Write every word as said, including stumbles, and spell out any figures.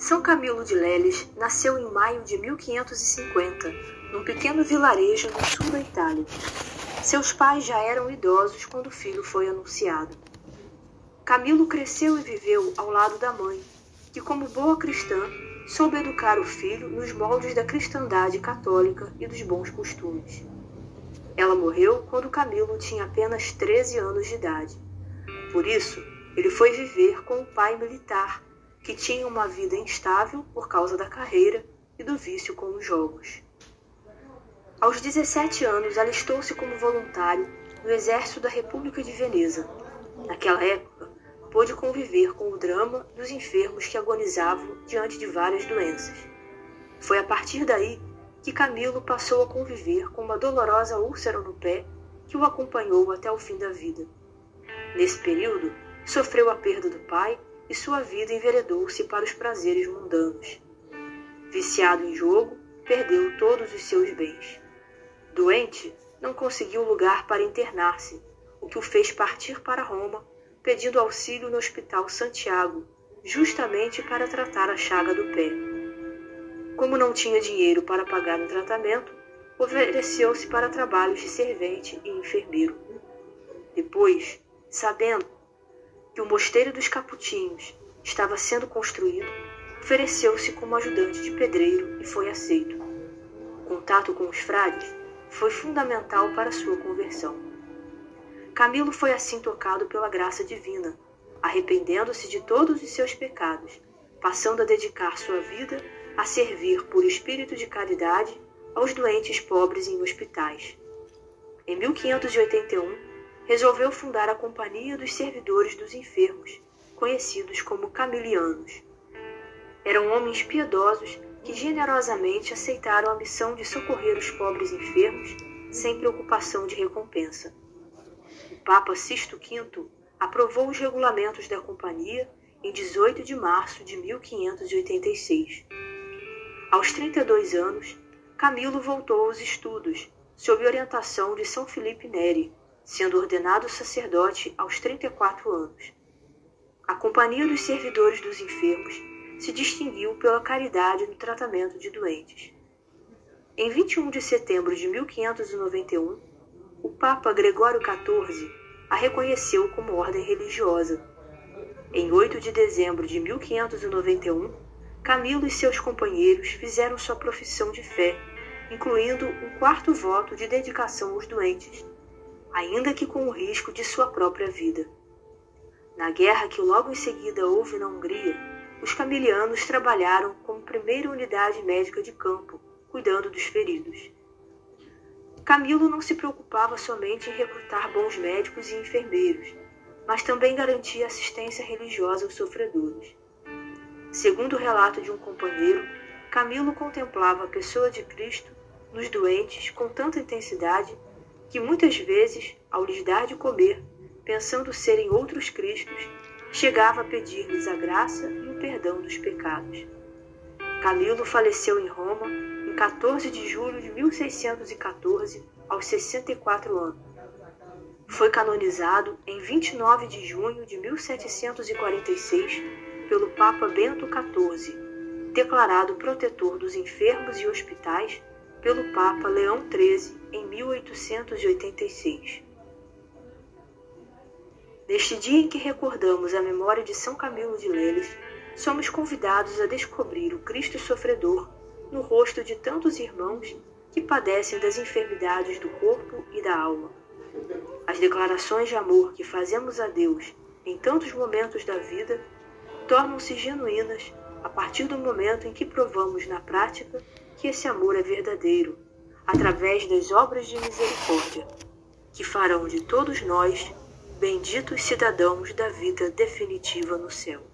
São Camilo de Leles nasceu em maio de mil quinhentos e cinquenta, num pequeno vilarejo no sul da Itália. Seus pais já eram idosos quando o filho foi anunciado. Camilo cresceu e viveu ao lado da mãe, que, como boa cristã, soube educar o filho nos moldes da cristandade católica e dos bons costumes. Ela morreu quando Camilo tinha apenas treze anos de idade. Por isso, ele foi viver com o pai militar, que tinha uma vida instável por causa da carreira e do vício com os jogos. Aos dezessete anos, alistou-se como voluntário no Exército da República de Veneza. Naquela época, pôde conviver com o drama dos enfermos que agonizavam diante de várias doenças. Foi a partir daí que Camilo passou a conviver com uma dolorosa úlcera no pé que o acompanhou até o fim da vida. Nesse período, sofreu a perda do pai e sua vida enveredou-se para os prazeres mundanos. Viciado em jogo, perdeu todos os seus bens. Doente, não conseguiu lugar para internar-se, o que o fez partir para Roma, pedindo auxílio no Hospital Santiago, justamente para tratar a chaga do pé. Como não tinha dinheiro para pagar o tratamento, ofereceu-se para trabalhos de servente e enfermeiro. Depois, sabendo que o Mosteiro dos Capuchinhos estava sendo construído, ofereceu-se como ajudante de pedreiro e foi aceito. O contato com os frades foi fundamental para sua conversão. Camilo foi assim tocado pela graça divina, arrependendo-se de todos os seus pecados, passando a dedicar sua vida a servir por espírito de caridade aos doentes pobres em hospitais. Em mil quinhentos e oitenta e um, resolveu fundar a Companhia dos Servidores dos Enfermos, conhecidos como camilianos. Eram homens piedosos que generosamente aceitaram a missão de socorrer os pobres enfermos sem preocupação de recompensa. O Papa Sisto Quinto aprovou os regulamentos da companhia em dezoito de março de mil quinhentos e oitenta e seis. Aos trinta e dois anos, Camilo voltou aos estudos, sob orientação de São Filipe Neri, sendo ordenado sacerdote aos trinta e quatro anos. A Companhia dos Servidores dos Enfermos se distinguiu pela caridade no tratamento de doentes. Em vinte e um de setembro de mil quinhentos e noventa e um, o Papa Gregório quatorze a reconheceu como ordem religiosa. Em oito de dezembro de mil quinhentos e noventa e um, Camilo e seus companheiros fizeram sua profissão de fé, incluindo um quarto voto de dedicação aos doentes, ainda que com o risco de sua própria vida. Na guerra que logo em seguida houve na Hungria, os camilianos trabalharam como primeira unidade médica de campo, cuidando dos feridos. Camilo não se preocupava somente em recrutar bons médicos e enfermeiros, mas também garantia assistência religiosa aos sofredores. Segundo o relato de um companheiro, Camilo contemplava a pessoa de Cristo nos doentes com tanta intensidade que muitas vezes, ao lhes dar de comer, pensando serem outros Cristos, chegava a pedir-lhes a graça e o perdão dos pecados. Camilo faleceu em Roma em quatorze de julho de mil seiscentos e quatorze, aos sessenta e quatro anos. Foi canonizado em vinte e nove de junho de mil setecentos e quarenta e seis pelo Papa Bento quatorze, declarado protetor dos enfermos e hospitais pelo Papa Leão treze em mil oitocentos e oitenta e seis. Neste dia em que recordamos a memória de São Camilo de Leles, somos convidados a descobrir o Cristo sofredor no rosto de tantos irmãos que padecem das enfermidades do corpo e da alma. As declarações de amor que fazemos a Deus em tantos momentos da vida tornam-se genuínas a partir do momento em que provamos na prática que esse amor é verdadeiro, através das obras de misericórdia, que farão de todos nós benditos cidadãos da vida definitiva no céu.